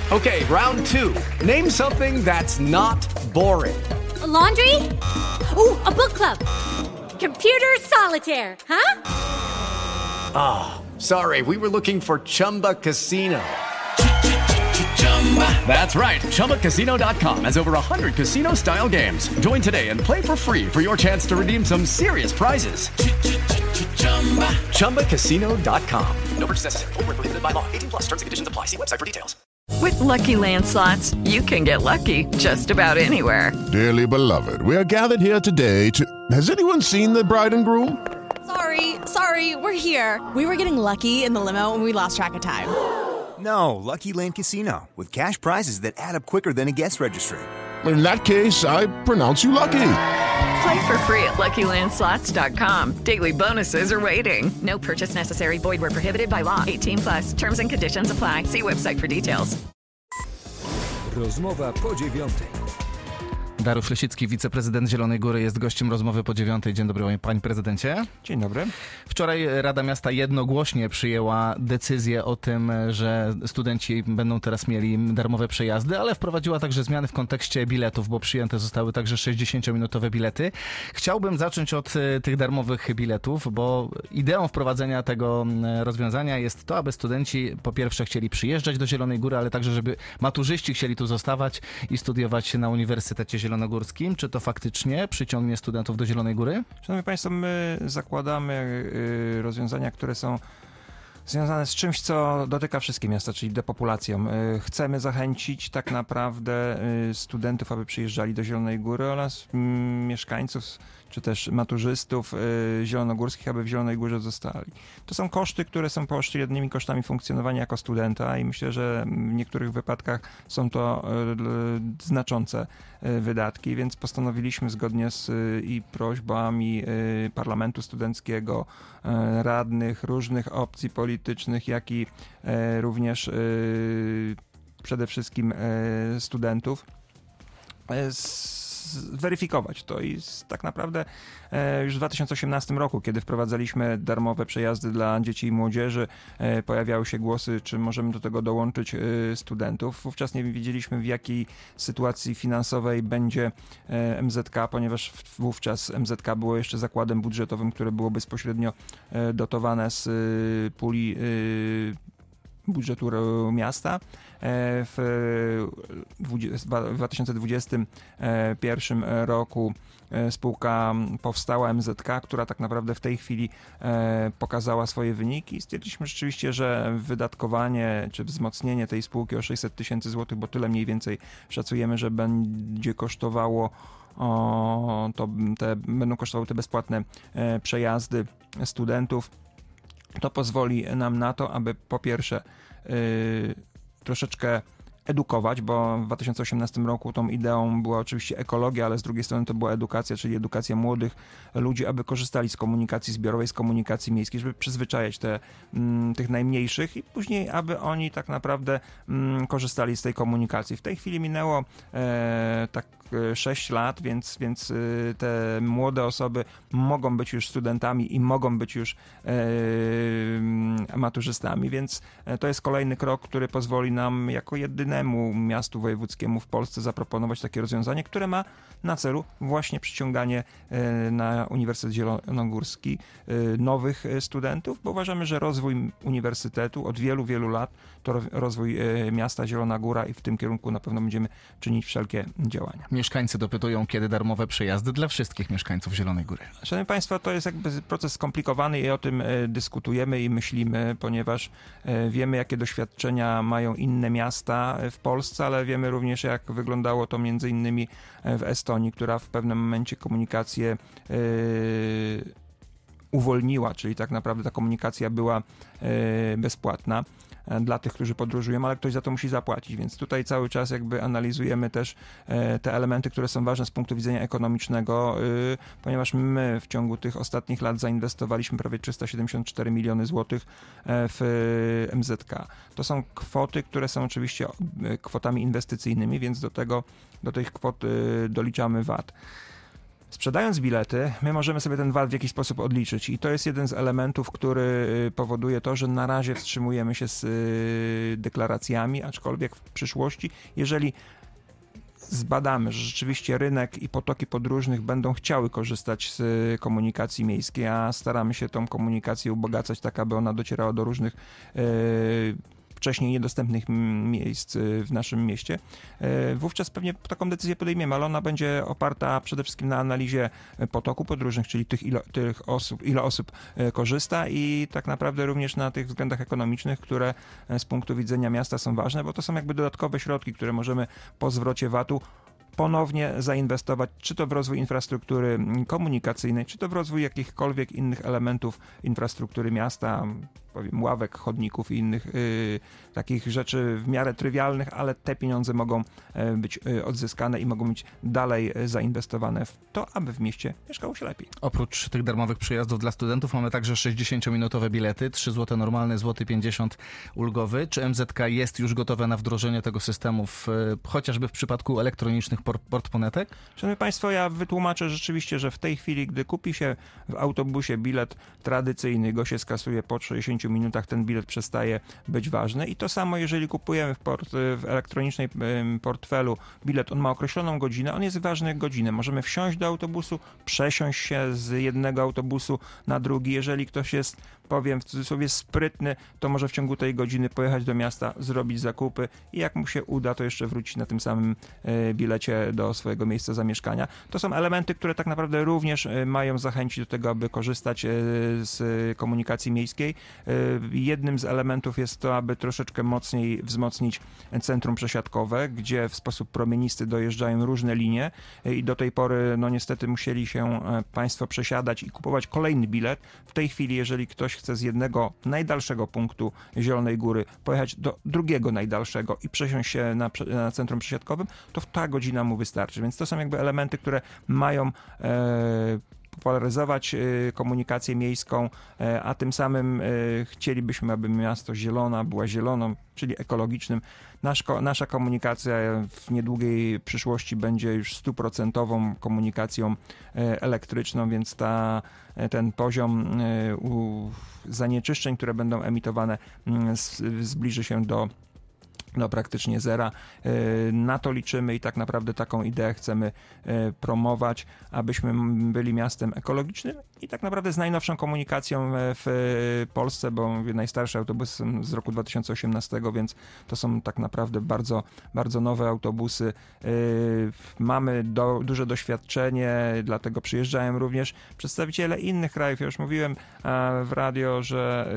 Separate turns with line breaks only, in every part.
Okay, round two. Name something that's not boring.
A laundry? Ooh, a book club. Computer solitaire, huh?
Sorry, we were looking for Chumba Casino. That's right. ChumbaCasino.com has over 100 casino-style games. Join today and play for free for your chance to redeem some serious prizes. ChumbaCasino.com. No purchase necessary. Void where prohibited by law. 18 plus. Terms and conditions apply. See website for details.
With Lucky Land Slots, you can get lucky just about anywhere.
Dearly beloved, we are gathered here today to... Has anyone seen the bride and groom?
Sorry, we're here. We were getting lucky in the limo and we lost track of time.
No, Lucky Land Casino, with cash prizes that add up quicker than a guest registry.
In that case, I pronounce you lucky.
Play for free at LuckyLandSlots.com. Daily bonuses are waiting. No purchase necessary. Void where prohibited by law. 18 plus. Terms and conditions apply. See website for details.
Rozmowa po 9.
Dariusz Lesicki, wiceprezydent Zielonej Góry, jest gościem rozmowy po 9. Dzień dobry, panie prezydencie.
Dzień dobry.
Wczoraj Rada Miasta jednogłośnie przyjęła decyzję o tym, że studenci będą teraz mieli darmowe przejazdy, ale wprowadziła także zmiany w kontekście biletów, bo przyjęte zostały także 60-minutowe bilety. Chciałbym zacząć od tych darmowych biletów, bo ideą wprowadzenia tego rozwiązania jest to, aby studenci po pierwsze chcieli przyjeżdżać do Zielonej Góry, ale także, żeby maturzyści chcieli tu zostawać i studiować na Uniwersytecie Zielonogórskim. Czy to faktycznie przyciągnie studentów do Zielonej Góry?
Szanowni Państwo, my zakładamy rozwiązania, które są związane z czymś, co dotyka wszystkie miasta, czyli depopulacją. Chcemy zachęcić tak naprawdę studentów, aby przyjeżdżali do Zielonej Góry oraz mieszkańców czy też maturzystów zielonogórskich, aby w Zielonej Górze zostali. To są koszty, które są pośrednimi kosztami funkcjonowania jako studenta i myślę, że w niektórych wypadkach są to znaczące wydatki, więc postanowiliśmy zgodnie z i prośbami Parlamentu Studenckiego, radnych różnych opcji politycznych, jak i również przede wszystkim studentów, zweryfikować to i tak naprawdę już w 2018 roku, kiedy wprowadzaliśmy darmowe przejazdy dla dzieci i młodzieży, pojawiały się głosy, czy możemy do tego dołączyć studentów. Wówczas nie wiedzieliśmy, w jakiej sytuacji finansowej będzie MZK, ponieważ wówczas MZK było jeszcze zakładem budżetowym, które było bezpośrednio dotowane z puli budżetu miasta. W 2021 roku spółka powstała, MZK, która tak naprawdę w tej chwili pokazała swoje wyniki i stwierdziliśmy rzeczywiście, że wydatkowanie czy wzmocnienie tej spółki o 600 000 złotych, bo tyle mniej więcej szacujemy, że będzie kosztowało będą kosztowały te bezpłatne przejazdy studentów. To pozwoli nam na to, aby po pierwsze troszeczkę edukować, bo w 2018 roku tą ideą była oczywiście ekologia, ale z drugiej strony to była edukacja, czyli edukacja młodych ludzi, aby korzystali z komunikacji zbiorowej, z komunikacji miejskiej, żeby przyzwyczajać tych najmniejszych i później, aby oni tak naprawdę korzystali z tej komunikacji. W tej chwili minęło 6 lat, więc te młode osoby mogą być już studentami i mogą być już maturzystami, więc to jest kolejny krok, który pozwoli nam jako jedynemu miastu wojewódzkiemu w Polsce zaproponować takie rozwiązanie, które ma na celu właśnie przyciąganie na Uniwersytet Zielonogórski nowych studentów, bo uważamy, że rozwój uniwersytetu od wielu, wielu lat to rozwój miasta Zielona Góra i w tym kierunku na pewno będziemy czynić wszelkie działania.
Mieszkańcy dopytują, kiedy darmowe przejazdy dla wszystkich mieszkańców Zielonej Góry.
Szanowni Państwo, to jest jakby proces skomplikowany i o tym dyskutujemy i myślimy, ponieważ wiemy, jakie doświadczenia mają inne miasta w Polsce, ale wiemy również, jak wyglądało to między innymi w Estonii, która w pewnym momencie komunikację uwolniła, czyli tak naprawdę ta komunikacja była bezpłatna dla tych, którzy podróżują, ale ktoś za to musi zapłacić, więc tutaj cały czas jakby analizujemy też te elementy, które są ważne z punktu widzenia ekonomicznego, ponieważ my w ciągu tych ostatnich lat zainwestowaliśmy prawie 374 miliony złotych w MZK. To są kwoty, które są oczywiście kwotami inwestycyjnymi, więc do tych kwot doliczamy VAT. Sprzedając bilety, my możemy sobie ten VAT w jakiś sposób odliczyć i to jest jeden z elementów, który powoduje to, że na razie wstrzymujemy się z deklaracjami, aczkolwiek w przyszłości, jeżeli zbadamy, że rzeczywiście rynek i potoki podróżnych będą chciały korzystać z komunikacji miejskiej, a staramy się tą komunikację ubogacać tak, aby ona docierała do różnych wcześniej niedostępnych miejsc w naszym mieście, wówczas pewnie taką decyzję podejmiemy, ale ona będzie oparta przede wszystkim na analizie potoku podróżnych, czyli ile osób korzysta i tak naprawdę również na tych względach ekonomicznych, które z punktu widzenia miasta są ważne, bo to są jakby dodatkowe środki, które możemy po zwrocie VAT-u ponownie zainwestować, czy to w rozwój infrastruktury komunikacyjnej, czy to w rozwój jakichkolwiek innych elementów infrastruktury miasta, powiem ławek, chodników i innych takich rzeczy w miarę trywialnych, ale te pieniądze mogą być odzyskane i mogą być dalej zainwestowane w to, aby w mieście mieszkało się lepiej.
Oprócz tych darmowych przyjazdów dla studentów mamy także 60-minutowe bilety, 3 zł normalny, złoty 50 ulgowy. Czy MZK jest już gotowe na wdrożenie tego systemu chociażby w przypadku elektronicznych portmonetek?
Szanowni Państwo, ja wytłumaczę rzeczywiście, że w tej chwili, gdy kupi się w autobusie bilet tradycyjny, go się skasuje po 60 minutach, ten bilet przestaje być ważny i to samo, jeżeli kupujemy w elektronicznej portfelu bilet, on ma określoną godzinę, on jest ważny godzinę. Możemy wsiąść do autobusu, przesiąść się z jednego autobusu na drugi. Jeżeli ktoś jest, powiem w cudzysłowie, sprytny, to może w ciągu tej godziny pojechać do miasta, zrobić zakupy i jak mu się uda, to jeszcze wrócić na tym samym bilecie do swojego miejsca zamieszkania. To są elementy, które tak naprawdę również mają zachęcić do tego, aby korzystać z komunikacji miejskiej. Jednym z elementów jest to, aby troszeczkę mocniej wzmocnić centrum przesiadkowe, gdzie w sposób promienisty dojeżdżają różne linie i do tej pory no niestety musieli się Państwo przesiadać i kupować kolejny bilet. W tej chwili, jeżeli ktoś chce z jednego najdalszego punktu Zielonej Góry pojechać do drugiego najdalszego i przesiąść się na centrum przesiadkowym, to ta godzina mu wystarczy. Więc to są jakby elementy, które mają popularyzować komunikację miejską, a tym samym chcielibyśmy, aby miasto Zielona była zieloną, czyli ekologicznym. Nasza komunikacja w niedługiej przyszłości będzie już 100% komunikacją elektryczną, więc ten poziom zanieczyszczeń, które będą emitowane, zbliży się do praktycznie zera. Na to liczymy i tak naprawdę taką ideę chcemy promować, abyśmy byli miastem ekologicznym i tak naprawdę z najnowszą komunikacją w Polsce, bo mówię, najstarsze autobusy są z roku 2018, więc to są tak naprawdę bardzo, bardzo nowe autobusy. Mamy duże doświadczenie, dlatego przyjeżdżają również przedstawiciele innych krajów. Ja już mówiłem w radio, że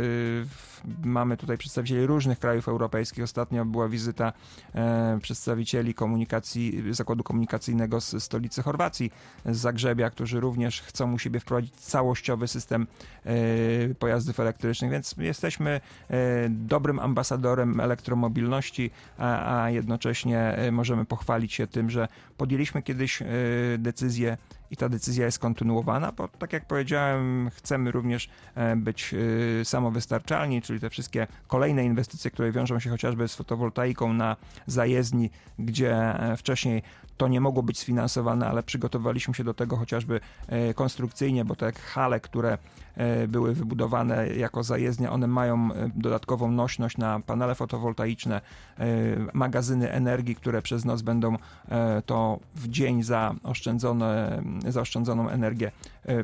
mamy tutaj przedstawicieli różnych krajów europejskich. Ostatnio była wizyta przedstawicieli Zakładu Komunikacyjnego z stolicy Chorwacji, z Zagrzebia, którzy również chcą u siebie wprowadzić całościowy system pojazdów elektrycznych, więc jesteśmy dobrym ambasadorem elektromobilności, a jednocześnie możemy pochwalić się tym, że podjęliśmy kiedyś decyzję i ta decyzja jest kontynuowana, bo tak jak powiedziałem, chcemy również być samowystarczalni, czyli te wszystkie kolejne inwestycje, które wiążą się chociażby z fotowoltaiką na zajezdni, gdzie wcześniej to nie mogło być sfinansowane, ale przygotowaliśmy się do tego chociażby konstrukcyjnie, bo te hale, które były wybudowane jako zajezdnia, one mają dodatkową nośność na panele fotowoltaiczne, magazyny energii, które przez noc będą to w dzień zaoszczędzoną energię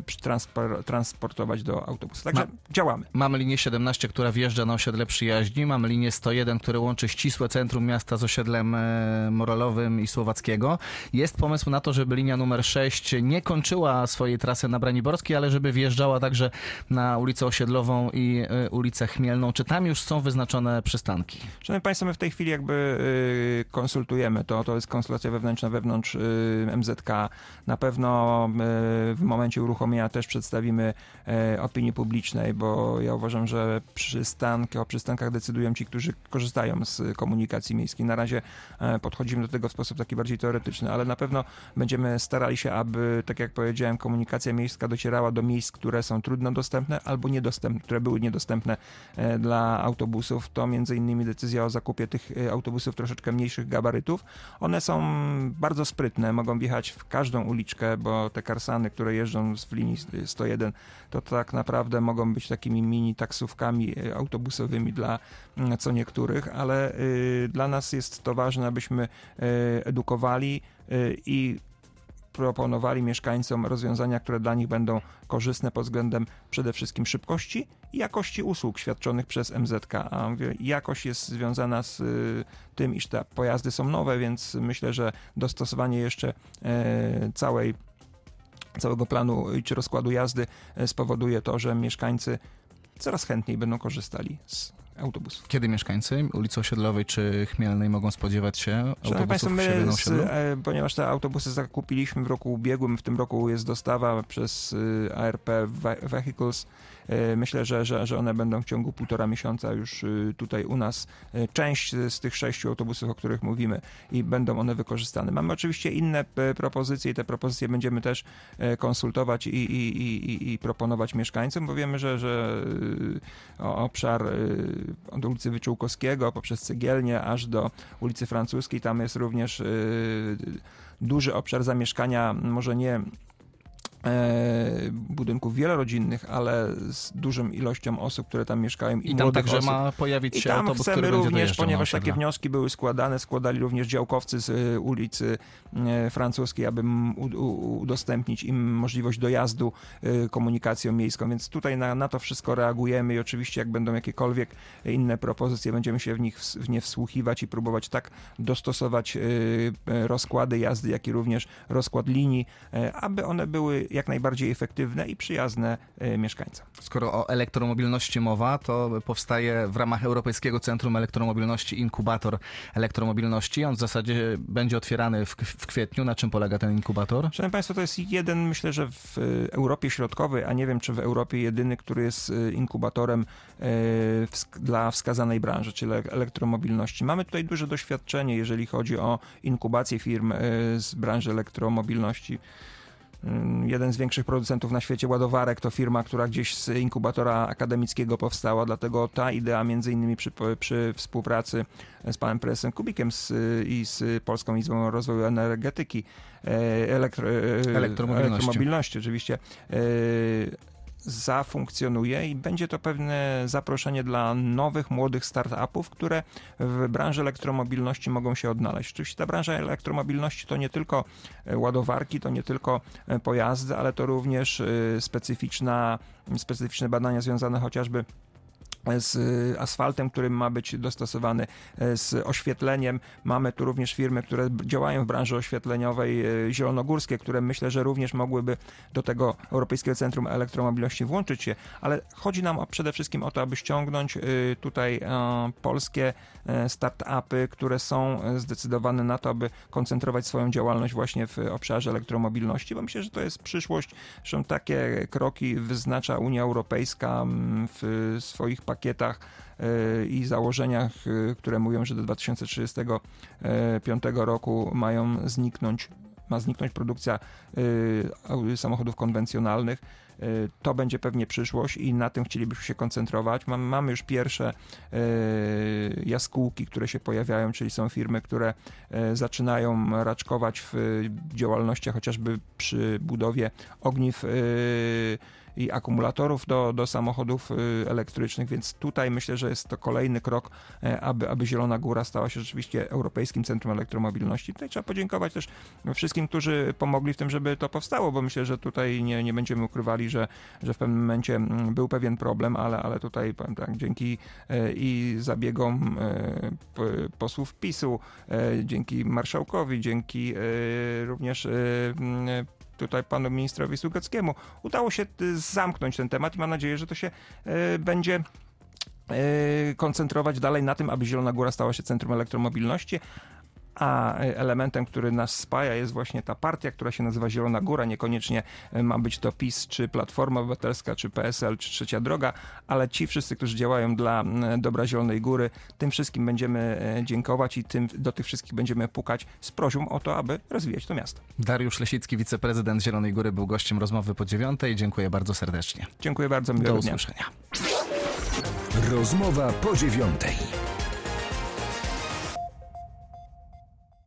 transportować do autobusu. Także działamy.
Mamy linię 17, która wjeżdża na osiedle Przyjaźni, mamy linię 101, które łączy ścisłe centrum miasta z osiedlem Morelowym i Słowackiego. Jest pomysł na to, żeby linia numer 6 nie kończyła swojej trasy na Braniborskiej, ale żeby wjeżdżała także na ulicę Osiedlową i ulicę Chmielną. Czy tam już są wyznaczone przystanki?
Szanowni Państwo, my w tej chwili jakby konsultujemy to jest konsultacja wewnętrzna wewnątrz MZK. Na pewno w momencie uruchomienia też przedstawimy opinii publicznej, bo ja uważam, że o przystankach decydują ci, którzy korzystają z komunikacji miejskiej. Na razie podchodzimy do tego w sposób taki bardziej teoretyczny, ale na pewno będziemy starali się, aby, tak jak powiedziałem, komunikacja miejska docierała do miejsc, które są trudno dostępne albo niedostępne, które były niedostępne dla autobusów. To między innymi decyzja o zakupie tych autobusów troszeczkę mniejszych gabarytów. One są bardzo sprytne, mogą wjechać w każdą uliczkę, bo to te Karsany, które jeżdżą w linii 101, to tak naprawdę mogą być takimi mini taksówkami autobusowymi dla co niektórych, ale dla nas jest to ważne, abyśmy edukowali i proponowali mieszkańcom rozwiązania, które dla nich będą korzystne pod względem przede wszystkim szybkości i jakości usług świadczonych przez MZK. A jakość jest związana z tym, iż te pojazdy są nowe, więc myślę, że dostosowanie jeszcze całego planu czy rozkładu jazdy spowoduje to, że mieszkańcy coraz chętniej będą korzystali z autobusów.
Kiedy mieszkańcy ulicy Osiedlowej czy Chmielnej mogą spodziewać się autobusów w siebie na osiedlu?
Ponieważ te autobusy zakupiliśmy w roku ubiegłym, w tym roku jest dostawa przez ARP Vehicles. Myślę, że one będą w ciągu 1,5 miesiąca już tutaj u nas. Część z tych 6 autobusów, o których mówimy, i będą one wykorzystane. Mamy oczywiście inne propozycje i te propozycje będziemy też konsultować i proponować mieszkańcom, bo wiemy, że obszar od ulicy Wyczółkowskiego poprzez Cegielnię aż do ulicy Francuskiej, tam jest również duży obszar zamieszkania, może nie budynków wielorodzinnych, ale z dużą ilością osób, które tam mieszkają i
tam także
osób.
ma pojawić się autobus,
chcemy
który
również,
będzie
ponieważ takie wnioski były składali również działkowcy z ulicy Francuskiej, aby udostępnić im możliwość dojazdu komunikacją miejską, więc tutaj na to wszystko reagujemy i oczywiście jak będą jakiekolwiek inne propozycje, będziemy się w nie wsłuchiwać i próbować tak dostosować rozkłady jazdy, jak i również rozkład linii, aby one były jak najbardziej efektywne i przyjazne mieszkańcom.
Skoro o elektromobilności mowa, to powstaje w ramach Europejskiego Centrum Elektromobilności inkubator elektromobilności. On w zasadzie będzie otwierany w kwietniu. Na czym polega ten inkubator?
Szanowni Państwo, to jest jeden, myślę, że w Europie Środkowej, a nie wiem, czy w Europie jedyny, który jest inkubatorem dla wskazanej branży, czyli elektromobilności. Mamy tutaj duże doświadczenie, jeżeli chodzi o inkubację firm z branży elektromobilności. Jeden z większych producentów na świecie ładowarek to firma, która gdzieś z inkubatora akademickiego powstała, dlatego ta idea między innymi przy współpracy z panem prezesem Kubikiem i z Polską Izbą Rozwoju Energetyki, elektromobilności oczywiście, zafunkcjonuje i będzie to pewne zaproszenie dla nowych, młodych startupów, które w branży elektromobilności mogą się odnaleźć. Oczywiście ta branża elektromobilności to nie tylko ładowarki, to nie tylko pojazdy, ale to również specyficzne badania związane chociażby z asfaltem, który ma być dostosowany, z oświetleniem. Mamy tu również firmy, które działają w branży oświetleniowej, zielonogórskie, które myślę, że również mogłyby do tego Europejskiego Centrum Elektromobilności włączyć się, ale chodzi nam przede wszystkim o to, aby ściągnąć tutaj polskie start-upy, które są zdecydowane na to, aby koncentrować swoją działalność właśnie w obszarze elektromobilności, bo myślę, że to jest przyszłość. Zresztą takie kroki wyznacza Unia Europejska w swoich pakietach i założeniach, które mówią, że do 2035 roku ma zniknąć produkcja samochodów konwencjonalnych. To będzie pewnie przyszłość i na tym chcielibyśmy się koncentrować. Mamy już pierwsze jaskółki, które się pojawiają, czyli są firmy, które zaczynają raczkować w działalnościach chociażby przy budowie ogniw i akumulatorów do samochodów elektrycznych, więc tutaj myślę, że jest to kolejny krok, aby Zielona Góra stała się rzeczywiście Europejskim Centrum Elektromobilności. Tutaj trzeba podziękować też wszystkim, którzy pomogli w tym, żeby to powstało, bo myślę, że tutaj nie będziemy ukrywali, że w pewnym momencie był pewien problem, ale tutaj powiem tak, dzięki i zabiegom posłów PiS-u, dzięki marszałkowi, dzięki również tutaj panu ministrowi Sługockiemu udało się zamknąć ten temat i mam nadzieję, że to się będzie koncentrować dalej na tym, aby Zielona Góra stała się centrum elektromobilności, a elementem, który nas spaja, jest właśnie ta partia, która się nazywa Zielona Góra. Niekoniecznie ma być to PiS, czy Platforma Obywatelska, czy PSL, czy Trzecia Droga, ale ci wszyscy, którzy działają dla dobra Zielonej Góry, tym wszystkim będziemy dziękować i do tych wszystkich będziemy pukać z prośbą o to, aby rozwijać to miasto.
Dariusz Lesicki, wiceprezydent Zielonej Góry, był gościem rozmowy po 9:00. Dziękuję bardzo serdecznie.
Dziękuję bardzo, miłego dnia.
Do usłyszenia.
Rozmowa po 9:00.